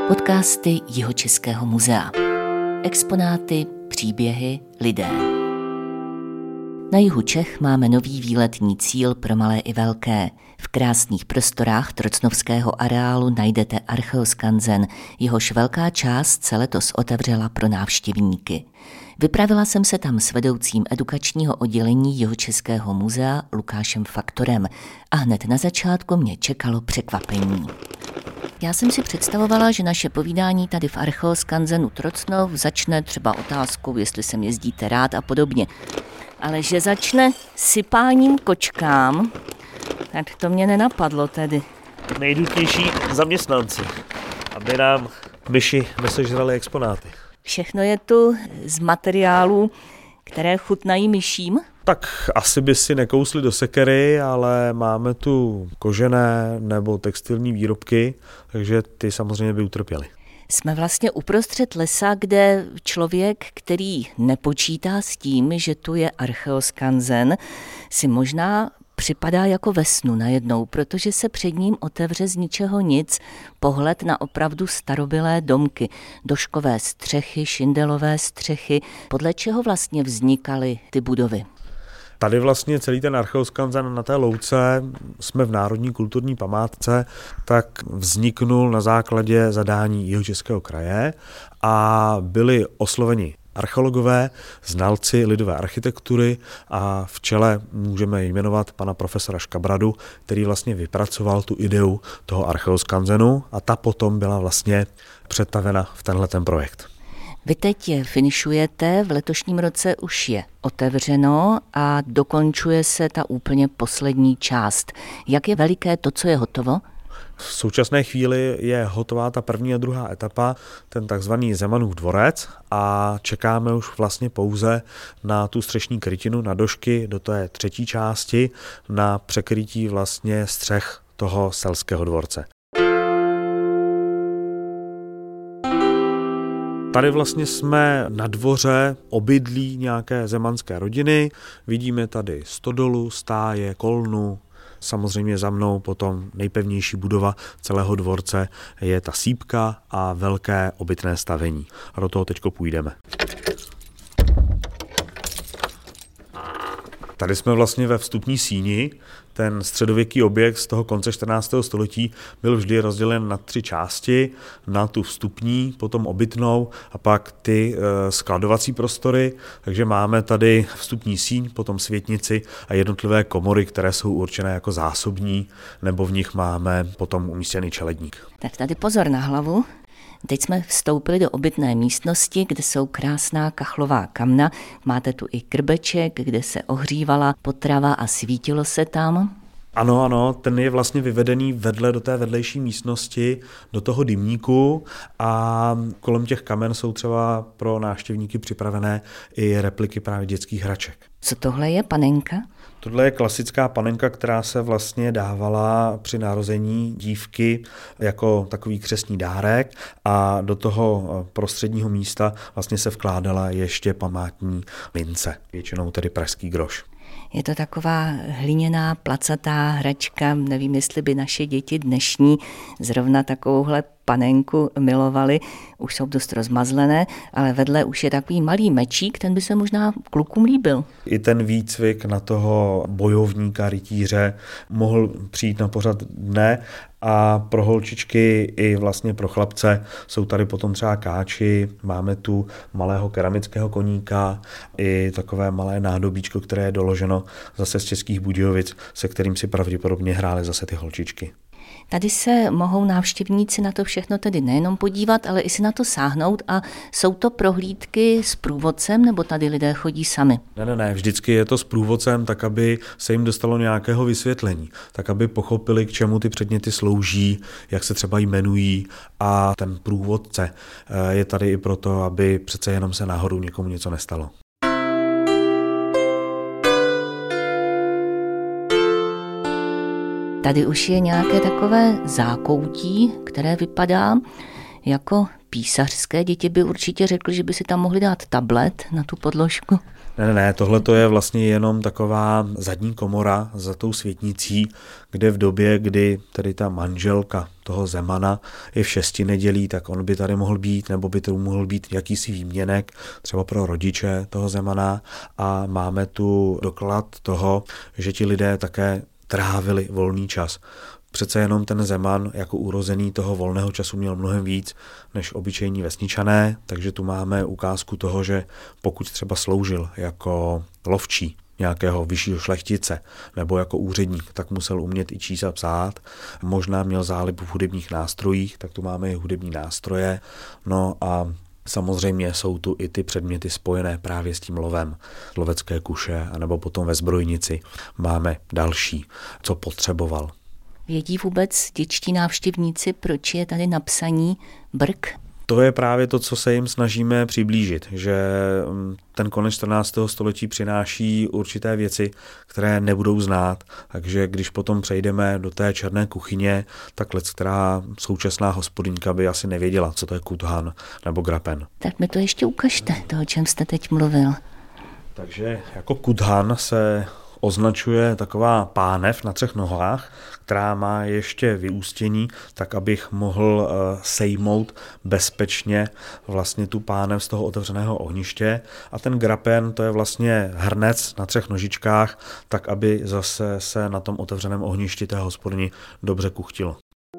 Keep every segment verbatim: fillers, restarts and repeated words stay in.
Podcasty Jihočeského muzea. Exponáty, příběhy, lidé. Na jihu Čech máme nový výletní cíl pro malé i velké. V krásných prostorách trocnovského areálu najdete Archeoskanzen, jehož velká část se letos otevřela pro návštěvníky. Vypravila jsem se tam s vedoucím edukačního oddělení Jihočeského muzea Lukášem Faktorem a hned na začátku mě čekalo překvapení. Já jsem si představovala, že naše povídání tady v Archeoskanzenu Trocnov začne třeba otázkou, jestli sem jezdíte rád a podobně. Ale že začne sypáním kočkám, tak to mě nenapadlo tedy. Nejdůležitější zaměstnanci, aby nám myši nesežrali exponáty. Všechno je tu z materiálů, které chutnají myším? Tak asi by si nekousli do sekery, ale máme tu kožené nebo textilní výrobky, takže ty samozřejmě by utrpěly. Jsme vlastně uprostřed lesa, kde člověk, který nepočítá s tím, že tu je Archeoskanzen, si možná připadá jako ve snu najednou, protože se před ním otevře z ničeho nic pohled na opravdu starobylé domky, doškové střechy, šindelové střechy, podle čeho vlastně vznikaly ty budovy. Tady vlastně celý ten Archeoskanzen na té louce, jsme v Národní kulturní památce, tak vzniknul na základě zadání Jihočeského kraje a byli osloveni archeologové, znalci lidové architektury a v čele můžeme jmenovat pana profesora Škabradu, který vlastně vypracoval tu ideu toho Archeoskanzenu a ta potom byla vlastně přetavena v tenhle ten projekt. Vy teď je finišujete, v letošním roce už je otevřeno a dokončuje se ta úplně poslední část. Jak je veliké to, co je hotovo? V současné chvíli je hotová ta první a druhá etapa, ten takzvaný Zemanův dvorec a čekáme už vlastně pouze na tu střešní krytinu, na došky do té třetí části, na překrytí vlastně střech toho selského dvorce. Tady vlastně jsme na dvoře obydlí nějaké zemanské rodiny, vidíme tady stodolu, stáje, kolnu, samozřejmě za mnou potom nejpevnější budova celého dvorce je ta sýpka a velké obytné stavení. A do toho teďko půjdeme. Tady jsme vlastně ve vstupní síni. Ten středověký objekt z toho konce čtrnáctého století byl vždy rozdělen na tři části, na tu vstupní, potom obytnou a pak ty e, skladovací prostory. Takže máme tady vstupní síň, potom světnici a jednotlivé komory, které jsou určené jako zásobní, nebo v nich máme potom umístěný čeledník. Tak tady pozor na hlavu. Teď jsme vstoupili do obytné místnosti, kde jsou krásná kachlová kamna. Máte tu i krbeček, kde se ohřívala potrava a svítilo se tam. Ano, ano, ten je vlastně vyvedený vedle do té vedlejší místnosti, do toho dymníku a kolem těch kamen jsou třeba pro návštěvníky připravené i repliky právě dětských hraček. Co tohle je, panenka? Tohle je klasická panenka, která se vlastně dávala při narození dívky jako takový křestní dárek a do toho prostředního místa vlastně se vkládala ještě památní mince, většinou tedy pražský groš. Je to taková hliněná, placatá hračka, nevím, jestli by naše děti dnešní zrovna takovouhle panenku milovali, už jsou dost rozmazlené, ale vedle už je takový malý mečík, ten by se možná klukům líbil. I ten výcvik na toho bojovníka, rytíře mohl přijít na pořad dne a pro holčičky i vlastně pro chlapce jsou tady potom třeba káči, máme tu malého keramického koníka i takové malé nádobíčko, které je doloženo zase z Českých Budějovic, se kterým si pravděpodobně hrály zase ty holčičky. Tady se mohou návštěvníci na to všechno tedy nejenom podívat, ale i si na to sáhnout a jsou to prohlídky s průvodcem, nebo tady lidé chodí sami? Ne, ne, ne, vždycky je to s průvodcem, tak aby se jim dostalo nějakého vysvětlení, tak aby pochopili, k čemu ty předměty slouží, jak se třeba jmenují a ten průvodce je tady i proto, aby přece jenom se náhodou někomu něco nestalo. Tady už je nějaké takové zákoutí, které vypadá jako písařské. Děti by určitě řekly, že by si tam mohli dát tablet na tu podložku. Ne, ne, ne, tohle to je vlastně jenom taková zadní komora za tou světnicí, kde v době, kdy tedy ta manželka toho Zemana je v šesti nedělí, tak on by tady mohl být, nebo by to mohl být jakýsi výměnek, třeba pro rodiče toho Zemana, a máme tu doklad toho, že ti lidé také trávili volný čas. Přece jenom ten Zeman jako urozený toho volného času měl mnohem víc než obyčejní vesničané, takže tu máme ukázku toho, že pokud třeba sloužil jako lovčí nějakého vyššího šlechtice nebo jako úředník, tak musel umět i číst a psát. Možná měl zálibu v hudebních nástrojích, tak tu máme i hudební nástroje. No a samozřejmě jsou tu i ty předměty spojené právě s tím lovem. Lovecké kuše, anebo potom ve zbrojnici máme další, co potřeboval. Vědí vůbec dětští návštěvníci, proč je tady napsaný Brk? To je právě to, co se jim snažíme přiblížit, že ten konec čtrnáctého století přináší určité věci, které nebudou znát, takže když potom přejdeme do té černé kuchyně, tak lec, která současná hospodyňka by asi nevěděla, co to je kuthan nebo grapen. Tak mi to ještě ukažte, to, o čem jste teď mluvil. Takže jako kuthan se označuje taková pánev na třech nohách, která má ještě vyústění, tak abych mohl sejmout bezpečně vlastně tu pánev z toho otevřeného ohniště. A ten grapen, to je vlastně hrnec na třech nožičkách, tak aby zase se na tom otevřeném ohništi té hospodyni dobře kuchtilo.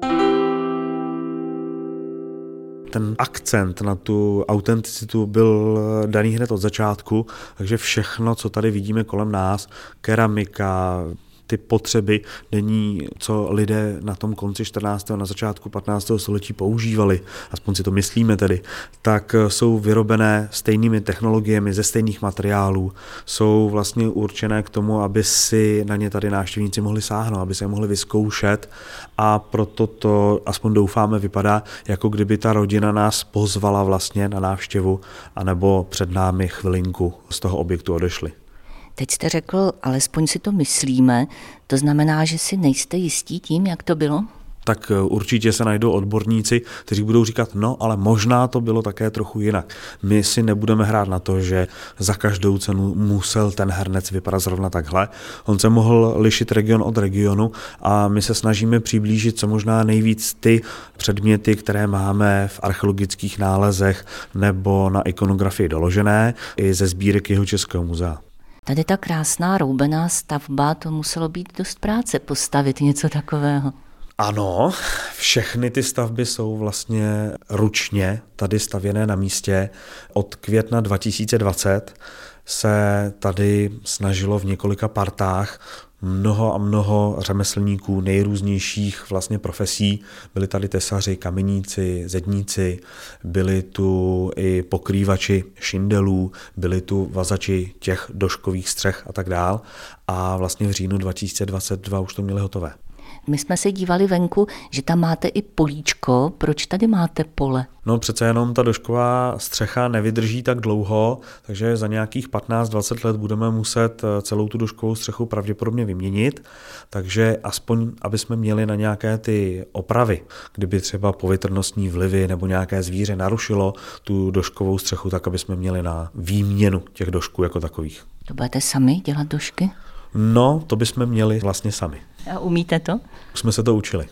Ten akcent na tu autenticitu byl daný hned od začátku, takže všechno, co tady vidíme kolem nás, keramika, ty potřeby denní, co lidé na tom konci čtrnáctého na začátku patnáctého století používali, aspoň si to myslíme tedy, tak jsou vyrobené stejnými technologiemi, ze stejných materiálů, jsou vlastně určené k tomu, aby si na ně tady návštěvníci mohli sáhnout, aby se je mohli vyzkoušet, a proto to, aspoň doufáme, vypadá, jako kdyby ta rodina nás pozvala vlastně na návštěvu, anebo před námi chvilinku z toho objektu odešli. Teď jste řekl, alespoň si to myslíme, to znamená, že si nejste jistí tím, jak to bylo? Tak určitě se najdou odborníci, kteří budou říkat, no ale možná to bylo také trochu jinak. My si nebudeme hrát na to, že za každou cenu musel ten hrnec vypadat zrovna takhle. On se mohl lišit region od regionu a my se snažíme přiblížit co možná nejvíc ty předměty, které máme v archeologických nálezech nebo na ikonografii doložené i ze sbírek Jihočeského muzea. Tady ta krásná roubená stavba, to muselo být dost práce postavit něco takového. Ano, všechny ty stavby jsou vlastně ručně tady stavěné na místě. Od května dva tisíce dvacet se tady snažilo v několika partách mnoho a mnoho řemeslníků nejrůznějších vlastně profesí. Byli tady tesaři, kameníci, zedníci, byli tu i pokrývači šindelů, byli tu vazači těch doškových střech a tak dál. A vlastně v říjnu dva tisíce dvacet dva už to měli hotové. My jsme se dívali venku, že tam máte i políčko. Proč tady máte pole? No přece jenom ta došková střecha nevydrží tak dlouho, takže za nějakých patnáct dvacet let budeme muset celou tu doškovou střechu pravděpodobně vyměnit, takže aspoň, aby jsme měli na nějaké ty opravy, kdyby třeba povětrnostní vlivy nebo nějaké zvíře narušilo tu doškovou střechu, tak aby jsme měli na výměnu těch došků jako takových. To budete sami dělat došky? No, to bychom měli vlastně sami. A umíte to? Už jsme se to učili.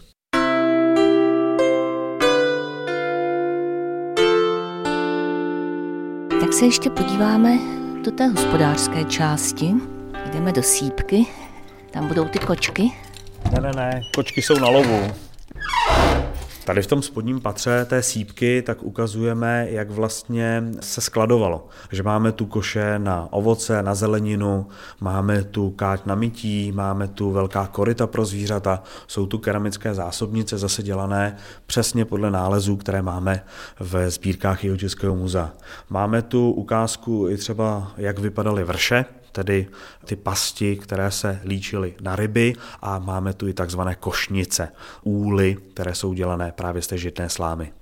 Tak se ještě podíváme do té hospodářské části. Jdeme do sýpky, tam budou ty kočky. Ne, ne, ne, kočky jsou na lovu. Tady v tom spodním patře té sýpky tak ukazujeme, jak vlastně se skladovalo. Že máme tu koše na ovoce, na zeleninu, máme tu káť na mytí, máme tu velká koryta pro zvířata, jsou tu keramické zásobnice zase dělané přesně podle nálezů, které máme ve sbírkách Jihočeského muzea. Máme tu ukázku i třeba, jak vypadaly vrše, tedy ty pasti, které se líčily na ryby, a máme tu i takzvané košnice, úly, které jsou dělané právě z té žitné slámy.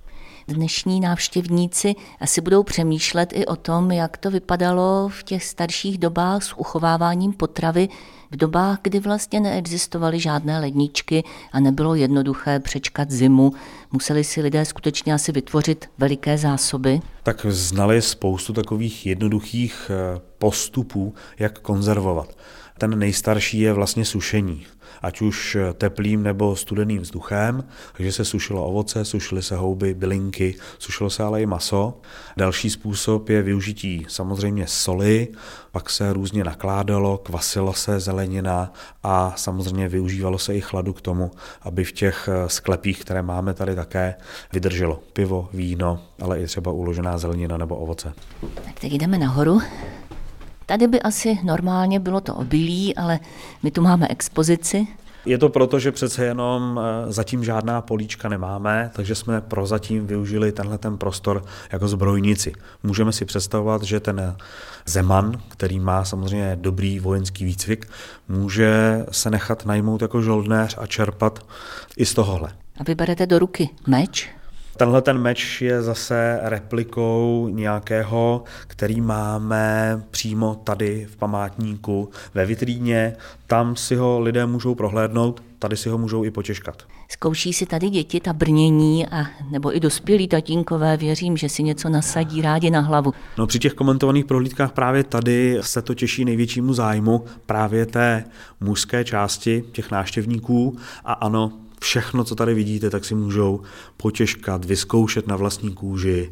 Dnešní návštěvníci asi budou přemýšlet i o tom, jak to vypadalo v těch starších dobách s uchováváním potravy, v dobách, kdy vlastně neexistovaly žádné ledničky a nebylo jednoduché přečkat zimu. Museli si lidé skutečně asi vytvořit veliké zásoby. Tak znali spoustu takových jednoduchých postupů, jak konzervovat. Ten nejstarší je vlastně sušení, ať už teplým nebo studeným vzduchem, takže se sušilo ovoce, sušily se houby, bylinky, sušilo se ale i maso. Další způsob je využití samozřejmě soli, pak se různě nakládalo, kvasilo se zelenina a samozřejmě využívalo se i chladu k tomu, aby v těch sklepích, které máme tady také, vydrželo pivo, víno, ale i třeba uložená zelenina nebo ovoce. Tak teď jdeme nahoru. Tady by asi normálně bylo to obilí, ale my tu máme expozici. Je to proto, že přece jenom zatím žádná políčka nemáme, takže jsme prozatím využili tenhle ten prostor jako zbrojnici. Můžeme si představovat, že ten Zeman, který má samozřejmě dobrý vojenský výcvik, může se nechat najmout jako žoldnéř a čerpat i z tohohle. A vy berete do ruky meč? Tenhle ten meč je zase replikou nějakého, který máme přímo tady v památníku ve vitríně. Tam si ho lidé můžou prohlédnout, tady si ho můžou i potěžkat. Zkouší si tady děti ta brnění a nebo i dospělí tatínkové, věřím, že si něco nasadí rádi na hlavu. No při těch komentovaných prohlídkách právě tady se to těší největšímu zájmu právě té mužské části těch návštěvníků a ano, všechno, co tady vidíte, tak si můžou potěžkat, vyzkoušet na vlastní kůži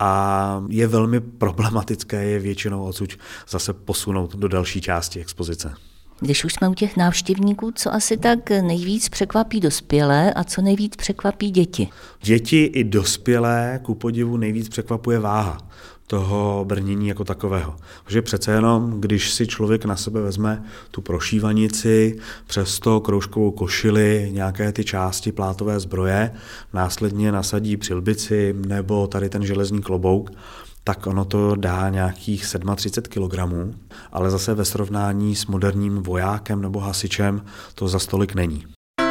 a je velmi problematické je většinou odsud zase posunout do další části expozice. Když už jsme u těch návštěvníků, co asi tak nejvíc překvapí dospělé a co nejvíc překvapí děti? Děti i dospělé ku podivu nejvíc překvapuje váha toho brnění jako takového. Protože přece jenom, když si člověk na sebe vezme tu prošívanici, přes to kroužkovou košili, nějaké ty části plátové zbroje, následně nasadí přilbici nebo tady ten železný klobouk, tak ono to dá nějakých třicet sedm kilogramů, ale zase ve srovnání s moderním vojákem nebo hasičem to za stolik není.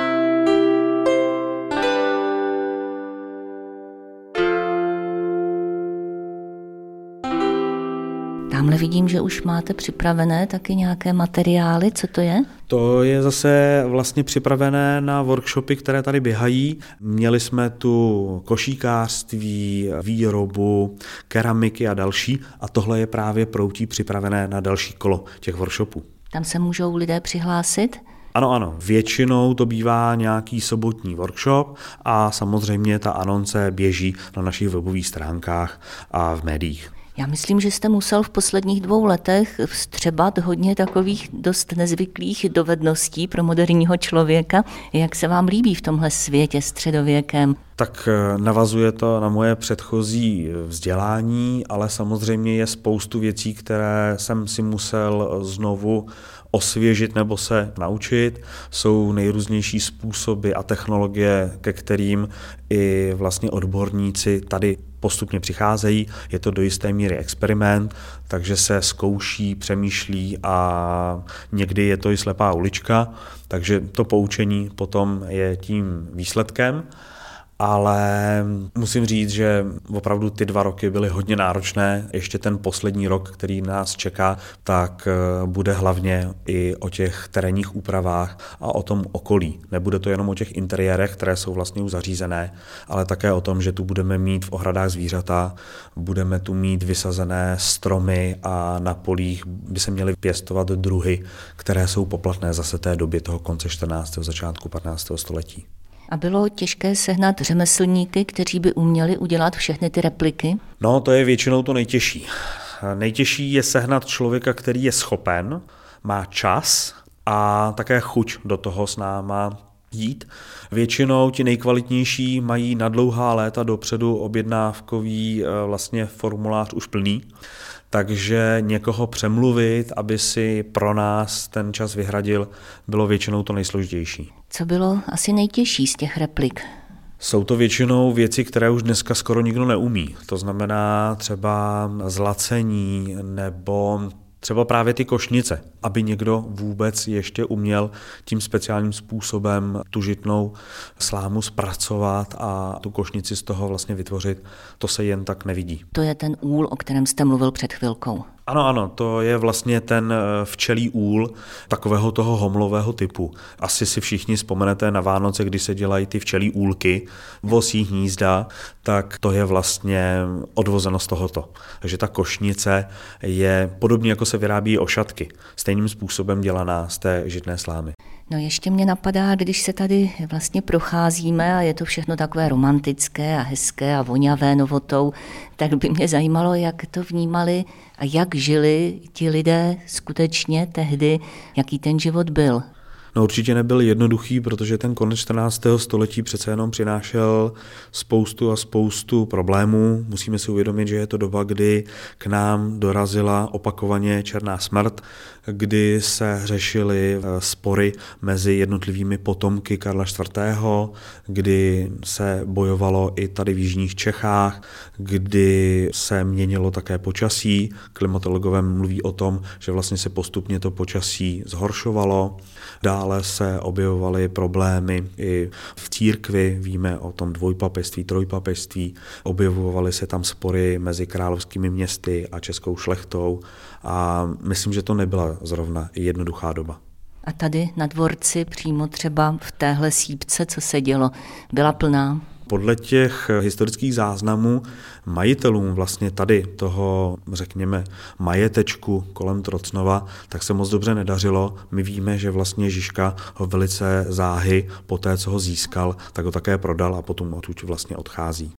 Tamhle vidím, že už máte připravené taky nějaké materiály. Co to je? To je zase vlastně připravené na workshopy, které tady běhají. Měli jsme tu košíkářství, výrobu, keramiky a další a tohle je právě proutí připravené na další kolo těch workshopů. Tam se můžou lidé přihlásit? Ano, ano, většinou to bývá nějaký sobotní workshop a samozřejmě ta anonce běží na našich webových stránkách a v médiích. Já myslím, že jste musel v posledních dvou letech vstřebat hodně takových dost nezvyklých dovedností pro moderního člověka. Jak se vám líbí v tomhle světě středověkém? Tak navazuje to na moje předchozí vzdělání, ale samozřejmě je spoustu věcí, které jsem si musel znovu osvěžit nebo se naučit. Jsou nejrůznější způsoby a technologie, ke kterým i vlastně odborníci tady postupně přicházejí. Je to do jisté míry experiment, takže se zkouší, přemýšlí a někdy je to i slepá ulička, takže to poučení potom je tím výsledkem. Ale musím říct, že opravdu ty dva roky byly hodně náročné. Ještě ten poslední rok, který nás čeká, tak bude hlavně i o těch terénních úpravách a o tom okolí. Nebude to jenom o těch interiérech, které jsou vlastně už zařízené, ale také o tom, že tu budeme mít v ohradách zvířata, budeme tu mít vysazené stromy a na polích by se měly pěstovat druhy, které jsou poplatné zase té době toho konce čtrnáctého začátku patnáctého století. A bylo těžké sehnat řemeslníky, kteří by uměli udělat všechny ty repliky? No, to je většinou to nejtěžší. Nejtěžší je sehnat člověka, který je schopen, má čas a také chuť do toho s náma jít. Většinou ti nejkvalitnější mají na dlouhá léta dopředu objednávkový vlastně formulář už plný, takže někoho přemluvit, aby si pro nás ten čas vyhradil, bylo většinou to nejsložitější. Co bylo asi nejtěžší z těch replik? Jsou to většinou věci, které už dneska skoro nikdo neumí. To znamená třeba zlacení nebo Třeba právě ty košnice, aby někdo vůbec ještě uměl tím speciálním způsobem tu žitnou slámu zpracovat a tu košnici z toho vlastně vytvořit, to se jen tak nevidí. To je ten úl, o kterém jste mluvil před chvilkou. Ano, ano, to je vlastně ten včelí úl takového toho homlového typu. Asi si všichni vzpomenete na Vánoce, kdy se dělají ty včelí úlky, vosí hnízda, tak to je vlastně odvozeno z tohoto. Takže ta košnice je podobně, jako se vyrábí ošatky, stejným způsobem dělaná z té žitné slámy. No ještě mě napadá, když se tady vlastně procházíme a je to všechno takové romantické a hezké a voňavé novotou, tak by mě zajímalo, jak to vnímali a jak žili ti lidé skutečně tehdy, jaký ten život byl. No určitě nebyl jednoduchý, protože ten konec čtrnáctého století přece jenom přinášel spoustu a spoustu problémů. Musíme si uvědomit, že je to doba, kdy k nám dorazila opakovaně černá smrt, kdy se řešily spory mezi jednotlivými potomky Karla čtvrtého., kdy se bojovalo i tady v jižních Čechách, kdy se měnilo také počasí. Klimatologové mluví o tom, že vlastně se postupně to počasí zhoršovalo. Dále se objevovaly problémy i v církvi, víme o tom dvojpapežství, trojpapežství, objevovaly se tam spory mezi královskými městy a českou šlechtou a myslím, že to nebyla zrovna jednoduchá doba. A tady na dvorci přímo třeba v téhle sípce, co se dělo, byla plná? Podle těch historických záznamů majitelům vlastně tady toho, řekněme, majetečku kolem Trocnova, tak se moc dobře nedařilo. My víme, že vlastně Žižka ho velice záhy po té, co ho získal, tak ho také prodal a potom odtud vlastně odchází.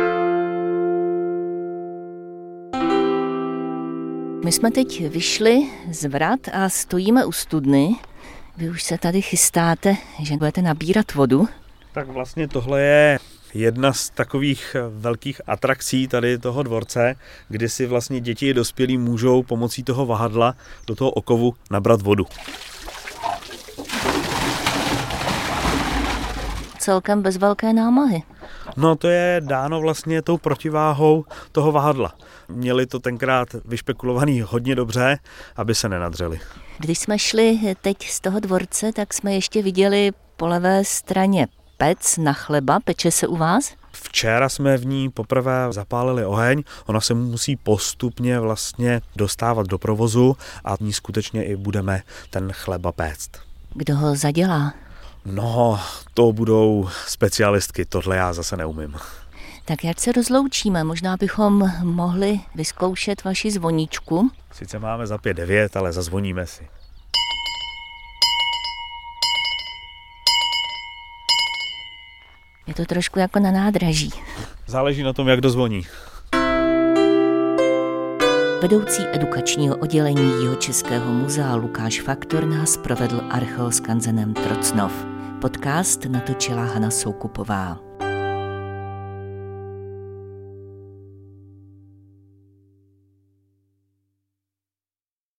My jsme teď vyšli z vrat a stojíme u studny. Vy už se tady chystáte, že budete nabírat vodu. Tak vlastně tohle je jedna z takových velkých atrakcí tady toho dvorce, kdy si vlastně děti i dospělí můžou pomocí toho vahadla do toho okovu nabrat vodu. Celkem bez velké námahy. No to je dáno vlastně tou protiváhou toho vahadla. Měli to tenkrát vyšpekulovaný hodně dobře, aby se nenadřeli. Když jsme šli teď z toho dvorce, tak jsme ještě viděli po levé straně pec na chleba. Peče se u vás? Včera jsme v ní poprvé zapálili oheň, ona se musí postupně vlastně dostávat do provozu a v ní skutečně i budeme ten chleba péct. Kdo ho zadělá? No, to budou specialistky, tohle já zase neumím. Tak jak se rozloučíme? Možná bychom mohli vyzkoušet vaši zvoničku. Sice máme za pět devět, ale zazvoníme si. Je to trošku jako na nádraží. Záleží na tom, jak dozvoní. Vedoucí edukačního oddělení Jihočeského muzea Lukáš Faktor nás provedl archeoskanzenem Trocnov. Podcast natočila Hana Soukupová.